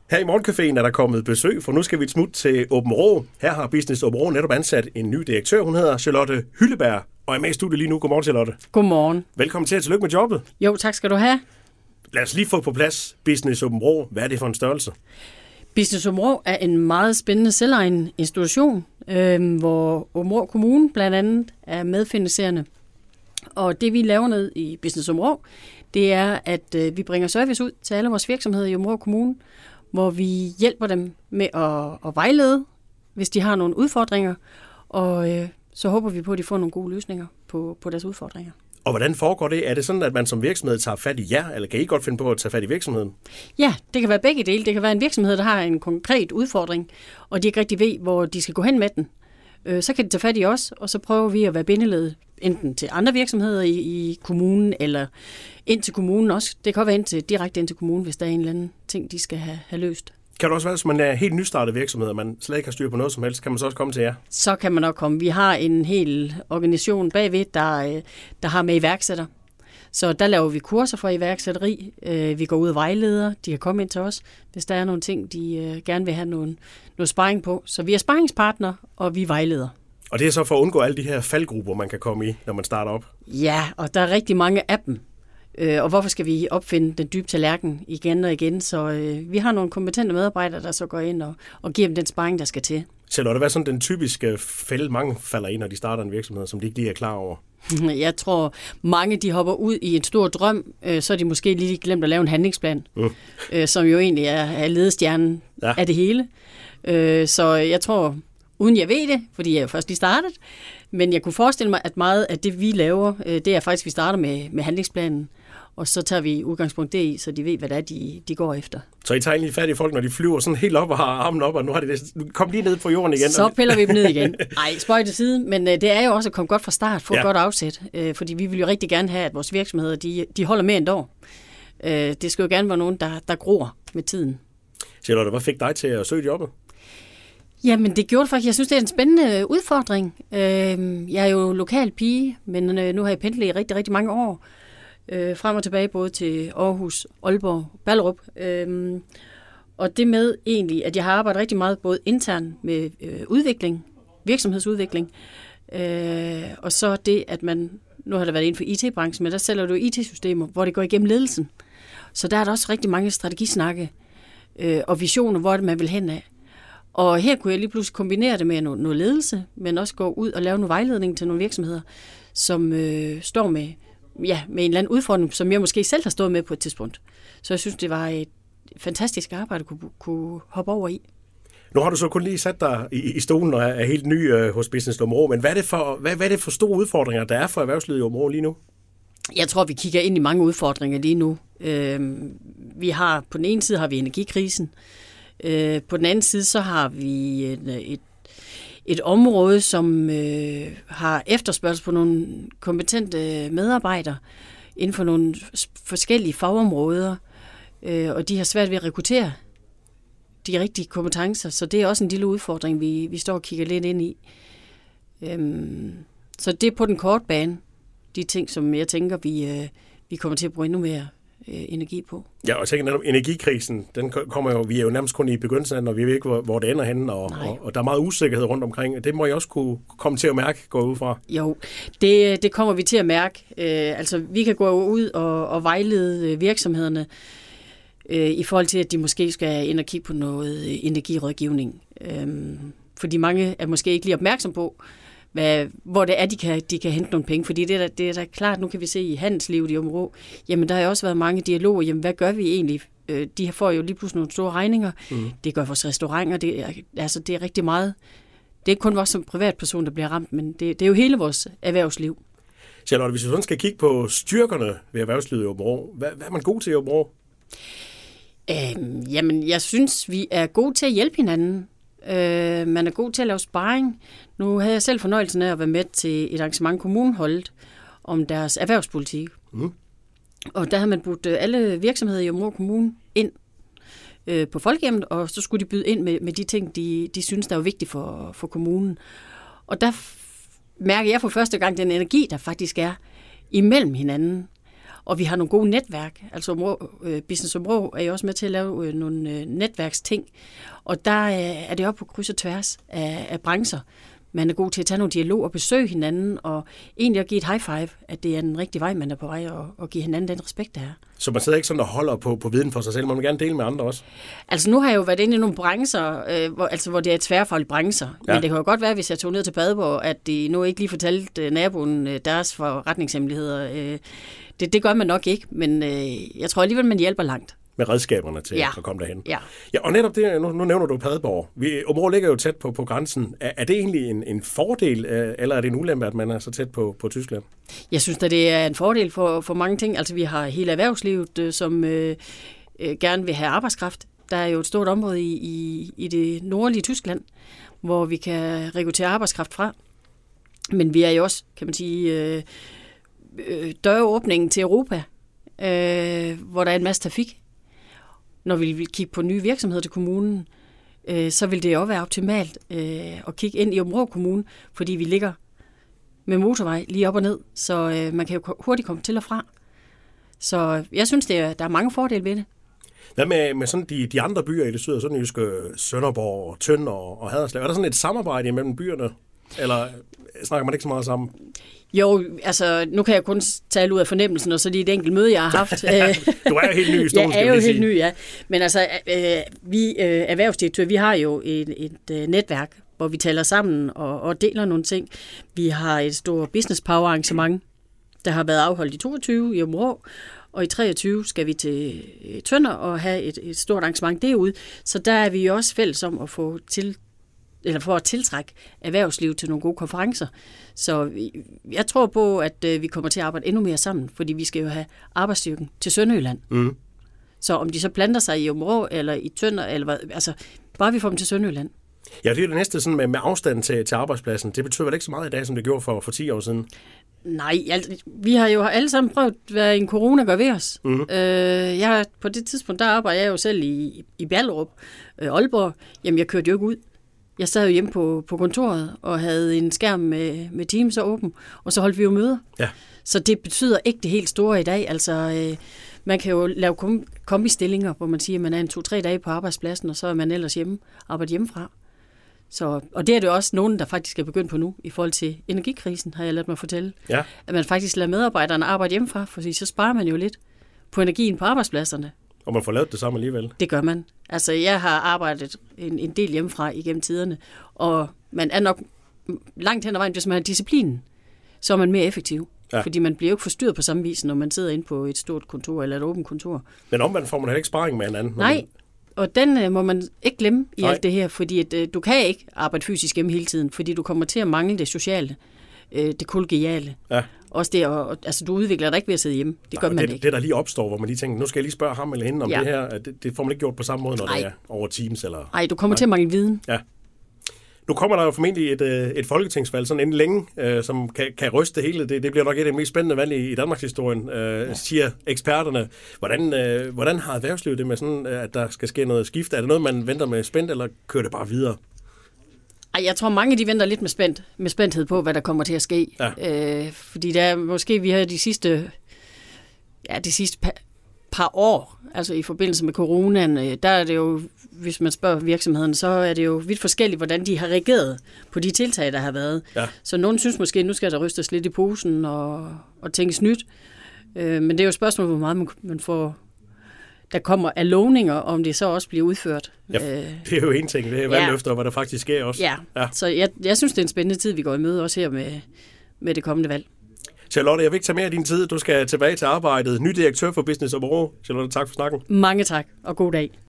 Her i Morgencaféen er der kommet besøg, for nu skal vi et smut til Aabenraa. Her har Business Aabenraa netop ansat en ny direktør. Hun hedder Charlotte Hylleberg, og er med i studiet lige nu. Godmorgen, Charlotte. Godmorgen. Velkommen til, og tillykke med jobbet. Jo, tak skal du have. Lad os lige få på plads Business Aabenraa. Hvad er det for en størrelse? Business Aabenraa er en meget spændende selvejende institution, hvor Aabenraa Kommune blandt andet er medfinansierende. Og det vi laver ned i Business Aabenraa, det er, at vi bringer service ud til alle vores virksomheder i Aabenraa Kommune, hvor vi hjælper dem med at vejlede, hvis de har nogle udfordringer, og så håber vi på, at de får nogle gode løsninger på deres udfordringer. Og hvordan foregår det? Er det sådan, at man som virksomhed tager fat i jer, eller kan I godt finde på at tage fat i virksomheden? Ja, det kan være begge dele. Det kan være en virksomhed, der har en konkret udfordring, og de ikke rigtig ved, hvor de skal gå hen med den. Så kan de tage fat i os, og så prøver vi at være bindeled enten til andre virksomheder i kommunen, eller ind til kommunen også. Det kan også være direkte ind til kommunen, hvis der er en eller anden ting, de skal have løst. Kan det også være, hvis man er helt nystartet virksomhed, og man slet ikke har styr på noget som helst, kan man så også komme til jer? Så kan man også komme. Vi har en hel organisation bagved, der har med iværksætter. Så der laver vi kurser for iværksætteri. Vi går ud og vejleder. De kan komme ind til os, hvis der er nogle ting, de gerne vil have noget sparring på. Så vi er sparringspartner, og vi vejleder. Og det er så for at undgå alle de her faldgrupper, man kan komme i, når man starter op? Ja, og der er rigtig mange af dem. Og hvorfor skal vi opfinde den dybe tallerken igen og igen? Så vi har nogle kompetente medarbejdere, der så går ind og giver dem den sparring, der skal til. Charlotte, hvad er sådan den typiske fælde, mange falder ind, når de starter en virksomhed, som de ikke lige er klar over? Jeg tror, mange de hopper ud i en stor drøm, så er de måske lige glemt at lave en handlingsplan, som jo egentlig er ledestjernen af det hele. Så jeg tror, uden jeg ved det, fordi jeg er jo først lige startet, men jeg kunne forestille mig, at meget af det, vi laver, det er faktisk, at vi starter med handlingsplanen, og så tager vi udgangspunkt deri, så de ved, hvad det er, de går efter. Så I tager egentlig fat i folk, når de flyver sådan helt op og har armen op, og nu har de kom lige ned på jorden igen? Så piller vi dem ned igen. Nej, spøj til side, men det er jo også at komme godt fra start, få et godt afsæt, fordi vi vil jo rigtig gerne have, at vores virksomheder, de holder mere end et år. Det skal jo gerne være nogen, der gror med tiden. Charlotte, hvad fik dig til at søge jobbet? Jamen, det gjorde det faktisk. Jeg synes, det er en spændende udfordring. Jeg er jo lokal pige, men nu har jeg pendlet i rigtig, rigtig mange år. Frem og tilbage både til Aarhus, Aalborg, Ballerup. Og det med egentlig, at jeg har arbejdet rigtig meget både internt med udvikling, virksomhedsudvikling, og så det, at man, nu har der været inden for IT-branchen, men der sælger du IT-systemer, hvor det går igennem ledelsen. Så der er der også rigtig mange strategisnakke og visioner, hvor det man vil hen af. Og her kunne jeg lige pludselig kombinere det med noget ledelse, men også gå ud og lave noget vejledning til nogle virksomheder, som står med en eller anden udfordring, som jeg måske selv har stået med på et tidspunkt. Så jeg synes, det var et fantastisk arbejde at kunne hoppe over i. Nu har du så kun lige sat dig i stolen og er helt ny hos Business Aabenraa, men hvad er det for store udfordringer, der er for erhvervslivet i Aabenraa lige nu? Jeg tror, vi kigger ind i mange udfordringer lige nu. På den ene side har vi energikrisen. På den anden side, så har vi et område, som har efterspørgsel på nogle kompetente medarbejdere inden for nogle forskellige fagområder, og de har svært ved at rekruttere de rigtige kompetencer, så det er også en lille udfordring, vi står og kigger lidt ind i. Så det er på den korte bane, de ting, som jeg tænker, vi kommer til at bruge endnu mere energi på. Ja, og jeg tænker, at energikrisen, den kommer jo, vi er jo nærmest kun i begyndelsen af, når vi ved ikke, hvor det ender henne, og der er meget usikkerhed rundt omkring. Det må jeg også kunne komme til at mærke, gå ud fra. Jo, det kommer vi til at mærke. Altså, vi kan gå ud og vejlede virksomhederne i forhold til, at de måske skal ind og kigge på noget energirådgivning. Fordi mange er måske ikke lige opmærksom på, hvor det er, de kan hente nogle penge. Fordi det er da klart, nu kan vi se i handelslivet i Aabenraa, jamen der har jo også været mange dialoger, jamen hvad gør vi egentlig? De får jo lige pludselig nogle store regninger. Det gør vores restauranter, det er rigtig meget. Det er ikke kun vores som privatperson, der bliver ramt, men det er jo hele vores erhvervsliv. Charlotte, hvis vi sådan skal kigge på styrkerne ved erhvervslivet i Aabenraa, hvad er man god til i Aabenraa? Jamen, jeg synes, vi er gode til at hjælpe hinanden. Man er god til at lave sparring. Nu havde jeg selv fornøjelsen af at være med til et arrangement, kommunen holdt om deres erhvervspolitik. Og der havde man budt alle virksomheder i Aabenraa Kommune ind på folkehjemmet, og så skulle de byde ind med de ting, de synes, der er vigtige for kommunen. Og der mærker jeg for første gang den energi, der faktisk er imellem hinanden. Og vi har nogle gode netværk. Altså Business Områ er jo også med til at lave nogle netværksting. Og der er det op på kryds og tværs af brancher. Man er god til at tage nogle dialog og besøge hinanden, og egentlig at give et high five, at det er den rigtige vej, man er på vej, og give hinanden den respekt, der er. Så man sidder ikke sådan og holder på viden for sig selv, man vil gerne dele med andre også? Altså nu har jeg jo været inde i nogle brancher, hvor det er tværfaglige brancher, men det kan jo godt være, hvis jeg tog ned til Padborg, at de nu ikke lige fortalte naboen deres forretningshemmeligheder. Det gør man nok ikke, men jeg tror alligevel, man hjælper langt. Med redskaberne til at komme derhen. Ja. Ja, og netop det, nu nævner du Padborg. Områ ligger jo tæt på grænsen. Er det egentlig en fordel, eller er det en ulempe, at man er så tæt på Tyskland? Jeg synes, at det er en fordel for mange ting. Altså, vi har hele erhvervslivet, som gerne vil have arbejdskraft. Der er jo et stort område i det nordlige Tyskland, hvor vi kan rekruttere arbejdskraft fra. Men vi er jo også, kan man sige, døråbningen til Europa, hvor der er en masse trafik. Når vi vil kigge på nye virksomheder til kommunen, så vil det jo være optimalt at kigge ind i Områ Kommune, fordi vi ligger med motorvej lige op og ned, så man kan jo hurtigt komme til og fra. Så jeg synes, der er mange fordele ved det. Hvad med sådan de andre byer i det syd- og sønderjyske, Sønderborg, Tønder og Haderslev? Er der sådan et samarbejde mellem byerne, eller snakker man ikke så meget sammen? Jo, altså nu kan jeg kun tale ud af fornemmelsen, og så lige et enkelt møde, jeg har haft. Du er jo helt ny i stolen, jeg er jo helt ny, ja. Men altså, vi erhvervsdirektører, vi har jo et netværk, hvor vi taler sammen og deler nogle ting. Vi har et stort business power arrangement, der har været afholdt i 22 i Områ, og i 23 skal vi til Tønder og have et stort arrangement derude. Så der er vi jo også fælles om at for at tiltrække erhvervslivet til nogle gode konferencer. Så jeg tror på, at vi kommer til at arbejde endnu mere sammen, fordi vi skal jo have arbejdsstyrken til Sønderjylland. Mm. Så om de så planter sig i Områ eller i Tønder, eller hvad, altså bare vi får dem til Sønderjylland. Ja, det er det næste sådan med afstanden til arbejdspladsen. Det betyder vel ikke så meget i dag, som det gjorde for 10 år siden? Nej, vi har jo alle sammen prøvet, hvad en corona gør ved os. Mm-hmm. På det tidspunkt, der arbejder jeg jo selv i Ballerup, Aalborg. Jamen, jeg kørte jo ikke ud. Jeg sad jo hjemme på kontoret og havde en skærm med Teams åben, og så holdt vi jo møder. Ja. Så det betyder ikke det helt store i dag. Altså, man kan jo lave kombistillinger, hvor man siger, at man er 2-3 dage på arbejdspladsen, og så er man ellers arbejde hjemmefra. Så, og det er det også nogen, der faktisk er begyndt på nu, i forhold til energikrisen, har jeg ladet mig fortælle. Ja. At man faktisk lader medarbejderne arbejde hjemmefra, for så sparer man jo lidt på energien på arbejdspladserne. Og man får lavet det samme alligevel. Det gør man. Altså, jeg har arbejdet en del hjemmefra igennem tiderne, og man er nok langt hen ad vejen, hvis man har disciplinen, så er man mere effektiv. Ja. Fordi man bliver jo ikke forstyrret på samme vis, når man sidder inde på et stort kontor eller et åbent kontor. Men omvendt får man heller ikke sparring med hinanden. Nej, og den må man ikke glemme i alt det her, fordi at, du kan ikke arbejde fysisk hjemme hele tiden, fordi du kommer til at mangle det sociale, det kollegiale. Ja. Også det, altså du udvikler dig ikke ved at sidde hjemme. Det gør man ikke. Det der lige opstår, hvor man lige tænker, nu skal jeg lige spørge ham eller hende om det her, det får man ikke gjort på samme måde, når det er over Teams. Nej, du kommer til at mangle viden. Ja. Nu kommer der jo formentlig et folketingsvalg, sådan inden længe, som kan ryste det hele. Det bliver nok et af de mest spændende valg i Danmarks historien, siger eksperterne. Hvordan har erhvervslivet det med sådan, at der skal ske noget skift? Er det noget, man venter med spændt, eller kører det bare videre? Jeg tror, mange de venter lidt med spændthed på, hvad der kommer til at ske. Ja. Fordi der måske vi har de sidste par år, altså i forbindelse med coronaen, der er det jo, hvis man spørger virksomheden, så er det jo vidt forskelligt, hvordan de har reageret på de tiltag, der har været. Ja. Så nogen synes måske, nu skal der rystes lidt i posen og tænkes nyt. Men det er jo et spørgsmål, hvor meget man får, der kommer af lovninger, om det så også bliver udført. Ja, det er jo en ting, det er valgløfter, hvad der faktisk sker også. Ja. Så jeg synes, det er en spændende tid, vi går i møde også her med det kommende valg. Charlotte, jeg vil ikke tage mere af din tid. Du skal tilbage til arbejdet. Ny direktør for Business Områ. Charlotte, tak for snakken. Mange tak, og god dag.